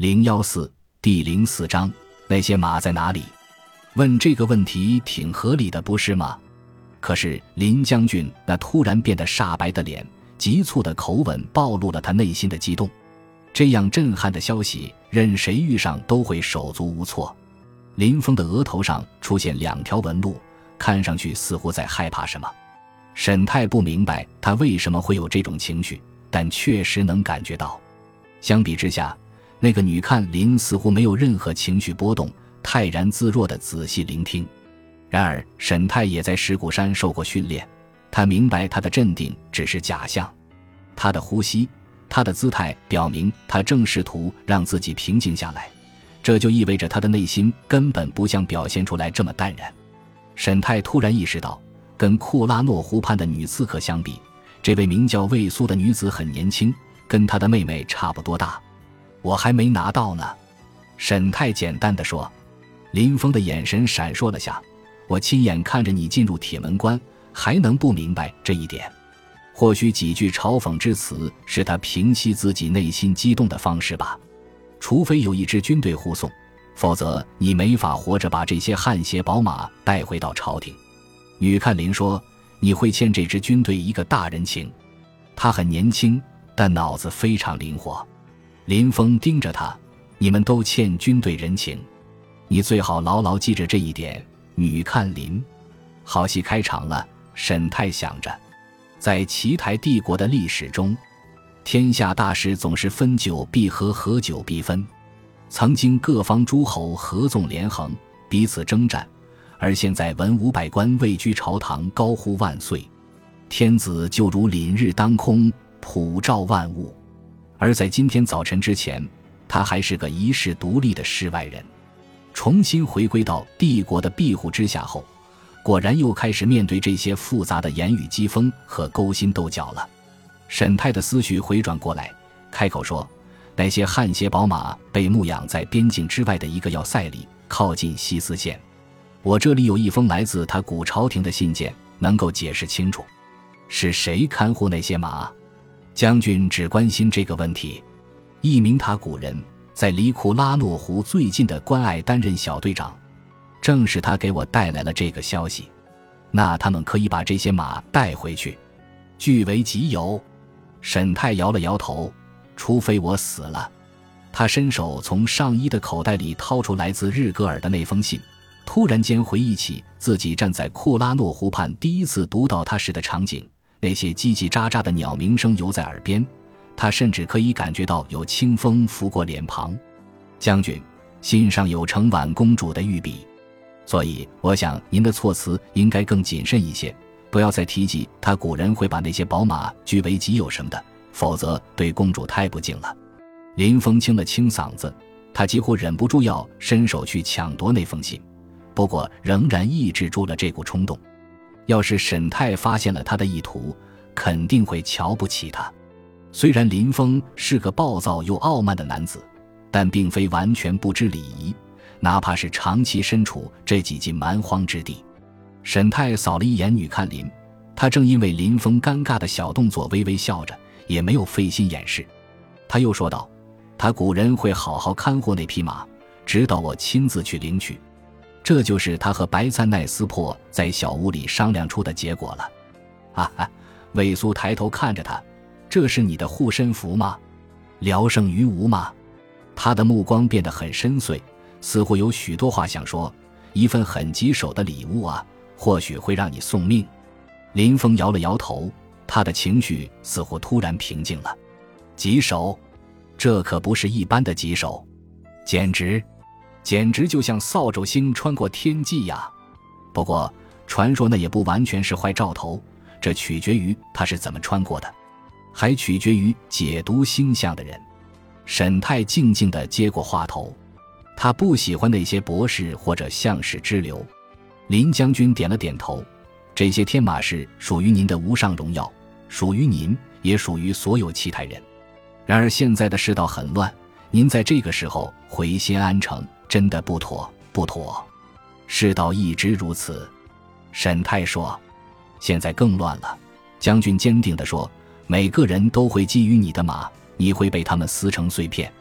014第04章，那些马在哪里？问这个问题挺合理的，不是吗？可是林将军那突然变得煞白的脸，急促的口吻暴露了他内心的激动。这样震撼的消息，任谁遇上都会手足无措。林峰的额头上出现2条纹路，看上去似乎在害怕什么。沈太不明白他为什么会有这种情绪，但确实能感觉到。相比之下，那个女看林似乎没有任何情绪波动，泰然自若地仔细聆听。然而沈太也在石鼓山受过训练，他明白他的镇定只是假象。他的呼吸，他的姿态表明他正试图让自己平静下来，这就意味着他的内心根本不像表现出来这么淡然。沈太突然意识到，跟库拉诺湖畔的女刺客相比，这位名叫魏苏的女子很年轻，跟她的妹妹差不多大。我还没拿到呢，沈太简单地说。林峰的眼神闪烁了下，我亲眼看着你进入铁门关，还能不明白这一点？或许几句嘲讽之词是他平息自己内心激动的方式吧。除非有一支军队护送，否则你没法活着把这些汗血宝马带回到朝廷。女看林说，你会欠这支军队一个大人情。他很年轻，但脑子非常灵活。林峰盯着他，你们都欠军队人情，你最好牢牢记着这一点。女看林，好戏开场了。沈太想着，在奇台帝国的历史中，天下大事总是分久必合，合久必分。曾经各方诸侯合纵连横，彼此征战，而现在文武百官位居朝堂，高呼万岁。天子就如凛日当空，普照万物。而在今天早晨之前，他还是个遗世独立的世外人。重新回归到帝国的庇护之下后，果然又开始面对这些复杂的言语讥讽和勾心斗角了。沈太的思绪回转过来，开口说，那些汗血宝马被牧养在边境之外的一个要塞里，靠近西斯县。我这里有一封来自他古朝廷的信件，能够解释清楚。是谁看护那些马？将军只关心这个问题。一名塔古人在离库拉诺湖最近的关隘担任小队长，正是他给我带来了这个消息。那他们可以把这些马带回去，据为己有。沈太摇了摇头，除非我死了。他伸手从上衣的口袋里掏出来自日格尔的那封信，突然间回忆起自己站在库拉诺湖畔第一次读到它时的场景，那些叽叽喳喳的鸟鸣声犹在耳边，他甚至可以感觉到有清风拂过脸庞。将军，信上有承婉公主的御笔，所以我想您的措辞应该更谨慎一些，不要再提及他古人会把那些宝马据为己有什么的，否则对公主太不敬了。林峰清了清嗓子，他几乎忍不住要伸手去抢夺那封信，不过仍然抑制住了这股冲动。要是沈太发现了他的意图，肯定会瞧不起他。虽然林峰是个暴躁又傲慢的男子，但并非完全不知礼仪，哪怕是长期身处这几近蛮荒之地。沈太扫了一眼女看林，他正因为林峰尴尬的小动作微微笑着，也没有费心掩饰。他又说道，他古人会好好看护那匹马，直到我亲自去领取。这就是他和白赞奈斯珀在小屋里商量出的结果了。哈哈，魏苏抬头看着他，这是你的护身符吗？聊胜于无吗？他的目光变得很深邃，似乎有许多话想说，一份很棘手的礼物啊，或许会让你送命。林峰摇了摇头，他的情绪似乎突然平静了。棘手？这可不是一般的棘手，简直就像扫帚星穿过天际呀。不过传说那也不完全是坏兆头，这取决于他是怎么穿过的，还取决于解读星象的人。沈太静静地接过话头，他不喜欢那些博士或者相士之流。林将军点了点头，这些天马士属于您的无上荣耀，属于您，也属于所有其他人。然而现在的世道很乱，您在这个时候回心安城，真的不妥。世道一直如此。沈太说，现在更乱了。将军坚定地说，每个人都会觊觎你的马，你会被他们撕成碎片。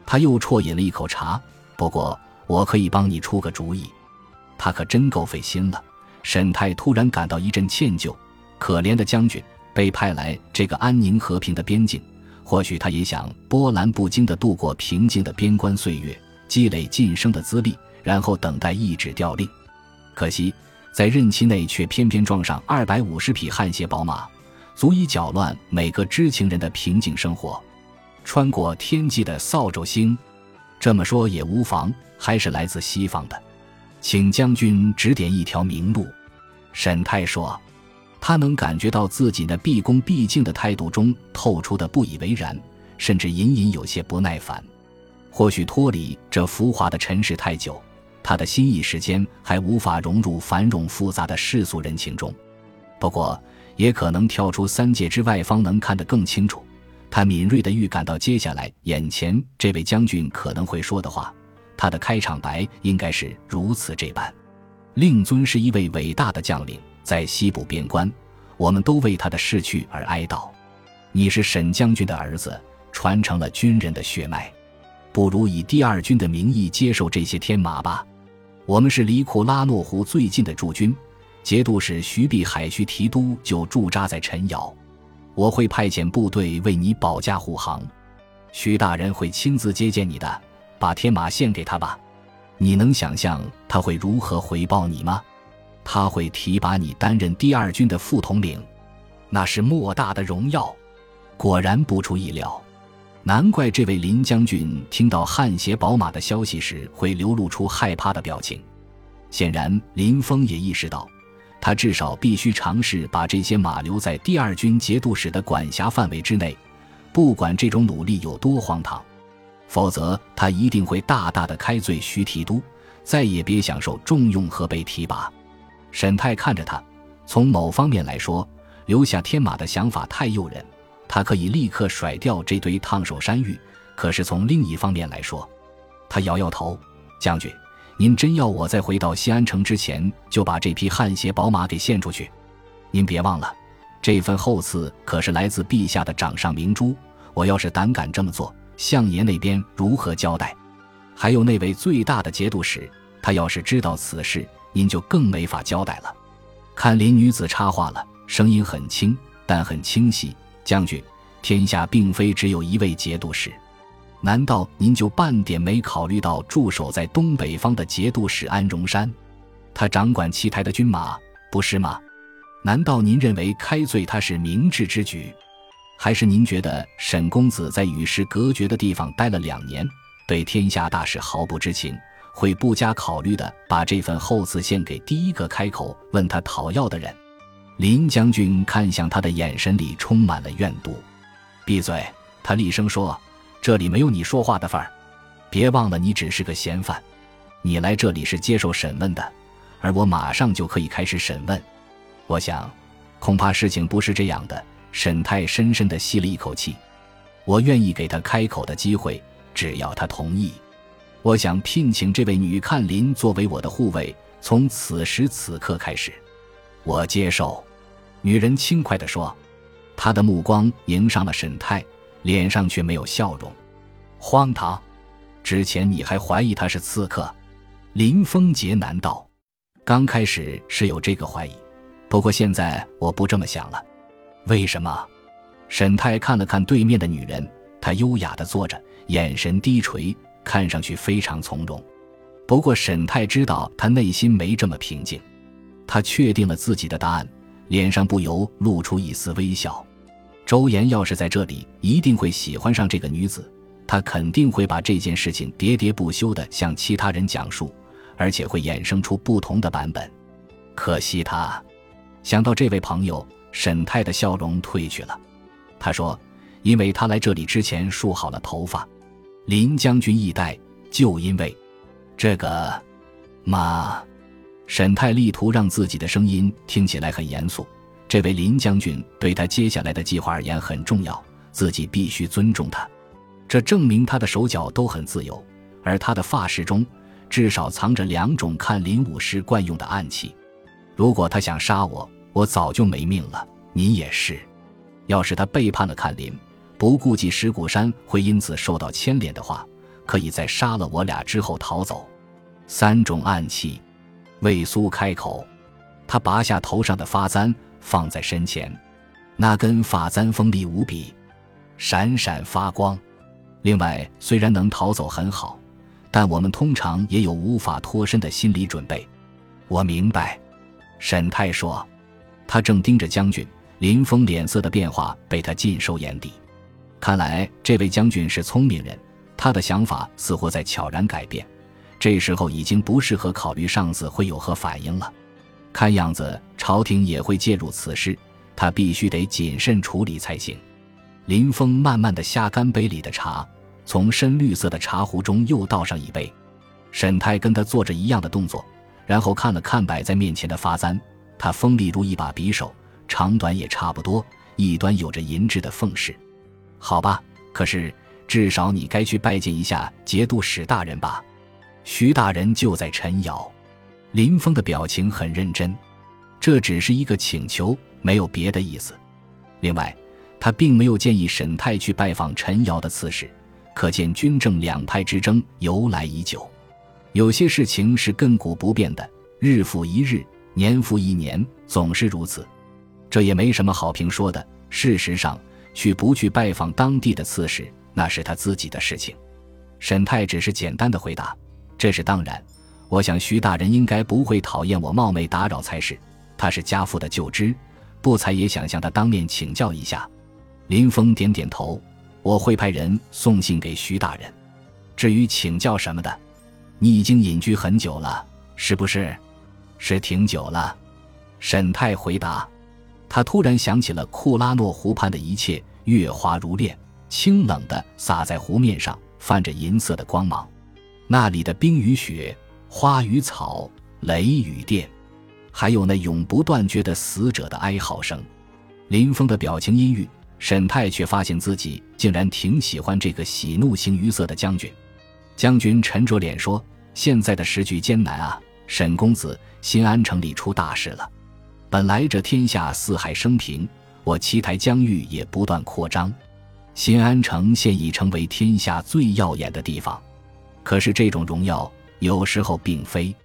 他又啜饮了一口茶，不过我可以帮你出个主意。他可真够费心了。沈泰突然感到一阵歉疚，可怜的将军被派来这个安宁和平的边境，或许他也想波澜不惊地度过平静的边关岁月，积累晋升的资历，然后等待一纸调令。可惜在任期内却偏偏撞上250匹汗血宝马，足以搅乱每个知情人的平静生活。穿过天际的扫帚星，这么说也无妨，还是来自西方的，请将军指点一条明路。沈泰说，他能感觉到自己那毕恭毕敬的态度中透出的不以为然，甚至隐隐有些不耐烦。或许脱离这浮华的尘世太久，他的心意时间还无法融入繁荣复杂的世俗人情中。不过也可能跳出3界之外，方能看得更清楚。他敏锐地预感到接下来眼前这位将军可能会说的话，他的开场白应该是如此这般：令尊是一位伟大的将领，在西部边关，我们都为他的逝去而哀悼。你是沈将军的儿子，传承了军人的血脉，不如以第2军的名义接受这些天马吧。我们是离库拉诺湖最近的驻军，节度使徐必海徐提督就驻扎在陈瑶，我会派遣部队为你保驾护航。徐大人会亲自接见你的，把天马献给他吧。你能想象他会如何回报你吗？他会提拔你担任第2军的副统领，那是莫大的荣耀。果然不出意料，难怪这位林将军听到汗血宝马的消息时会流露出害怕的表情。显然林峰也意识到，他至少必须尝试把这些马留在第2军节度使的管辖范围之内，不管这种努力有多荒唐，否则他一定会大大的开罪徐提督，再也别享受重用和被提拔。沈泰看着他，从某方面来说，留下天马的想法太诱人，他可以立刻甩掉这堆烫手山芋。可是从另一方面来说，他摇摇头，将军，您真要我在回到西安城之前就把这匹汗血宝马给献出去？您别忘了，这份厚赐可是来自陛下的掌上明珠，我要是胆敢这么做，相爷那边如何交代？还有那位最大的节度使，他要是知道此事，您就更没法交代了。看林女子插话了，声音很轻，但很清晰，将军，天下并非只有一位节度使，难道您就半点没考虑到驻守在东北方的节度使安荣山？他掌管七台的军马，不是吗？难道您认为开罪他是明智之举？还是您觉得沈公子在与世隔绝的地方待了2年，对天下大事毫不知情，会不加考虑地把这份厚赐献给第一个开口问他讨要的人？林将军看向他的眼神里充满了怨毒。闭嘴，他厉声说，这里没有你说话的份儿。别忘了你只是个嫌犯，你来这里是接受审问的，而我马上就可以开始审问。我想恐怕事情不是这样的。沈泰深深地吸了一口气，我愿意给他开口的机会，只要他同意。我想聘请这位女看林作为我的护卫，从此时此刻开始。我接受。女人轻快地说，她的目光迎上了沈泰，脸上却没有笑容。荒唐，之前你还怀疑他是刺客？林峰杰难道？刚开始是有这个怀疑，不过现在我不这么想了。为什么？沈泰看了看对面的女人，她优雅地坐着，眼神低垂，看上去非常从容。不过沈泰知道她内心没这么平静。他确定了自己的答案，脸上不由露出一丝微笑。周岩要是在这里，一定会喜欢上这个女子，他肯定会把这件事情喋喋不休地向其他人讲述，而且会衍生出不同的版本。可惜他想到这位朋友，沈泰的笑容褪去了。他说，因为他来这里之前梳好了头发。林将军一呆，就因为这个嘛。沈泰力图让自己的声音听起来很严肃，这位林将军对他接下来的计划而言很重要，自己必须尊重他。这证明他的手脚都很自由，而他的发饰中至少藏着2种看林武士惯用的暗器。如果他想杀我，我早就没命了，您也是。要是他背叛了看林，不顾及石鼓山会因此受到牵连的话， 可以在杀了我俩之后逃走。3种暗器。魏苏开口，他拔下头上的发簪放在身前，那根发簪锋利无比，闪闪发光。另外，虽然能逃走很好，但我们通常也有无法脱身的心理准备。我明白，沈泰说。他正盯着将军，林峰脸色的变化被他尽收眼底。看来这位将军是聪明人，他的想法似乎在悄然改变，这时候已经不适合考虑上司会有何反应了。看样子朝廷也会介入此事，他必须得谨慎处理才行。林峰慢慢地下干杯里的茶，从深绿色的茶壶中又倒上一杯。沈泰跟他做着一样的动作，然后看了看摆在面前的发簪，它锋利如一把匕首，长短也差不多，一端有着银质的缝饰。好吧，可是至少你该去拜见一下节度使大人吧。徐大人就在陈窑。林峰的表情很认真，这只是一个请求，没有别的意思。另外，他并没有建议沈泰去拜访陈窑的刺史，可见军政两派之争由来已久。有些事情是亘古不变的，日复一日，年复一年，总是如此。这也没什么好评说的。事实上，去不去拜访当地的刺史，那是他自己的事情。沈泰只是简单的回答，这是当然，我想徐大人应该不会讨厌我冒昧打扰才是。他是家父的旧知，不才也想向他当面请教一下。林峰点点头，我会派人送信给徐大人。至于请教什么的，你已经隐居很久了，是不是？是挺久了。沈泰回答。他突然想起了库拉诺湖畔的一切，月华如练，清冷地洒在湖面上，泛着银色的光芒。那里的冰与雪，花与草，雷与电，还有那永不断绝的死者的哀嚎声。林峰的表情阴郁，沈泰却发现自己竟然挺喜欢这个喜怒形于色的将军。将军沉着脸说，现在的时局艰难啊，沈公子，新安城里出大事了。本来这天下四海升平，我七台疆域也不断扩张，新安城现已成为天下最耀眼的地方。可是这种荣耀有时候并非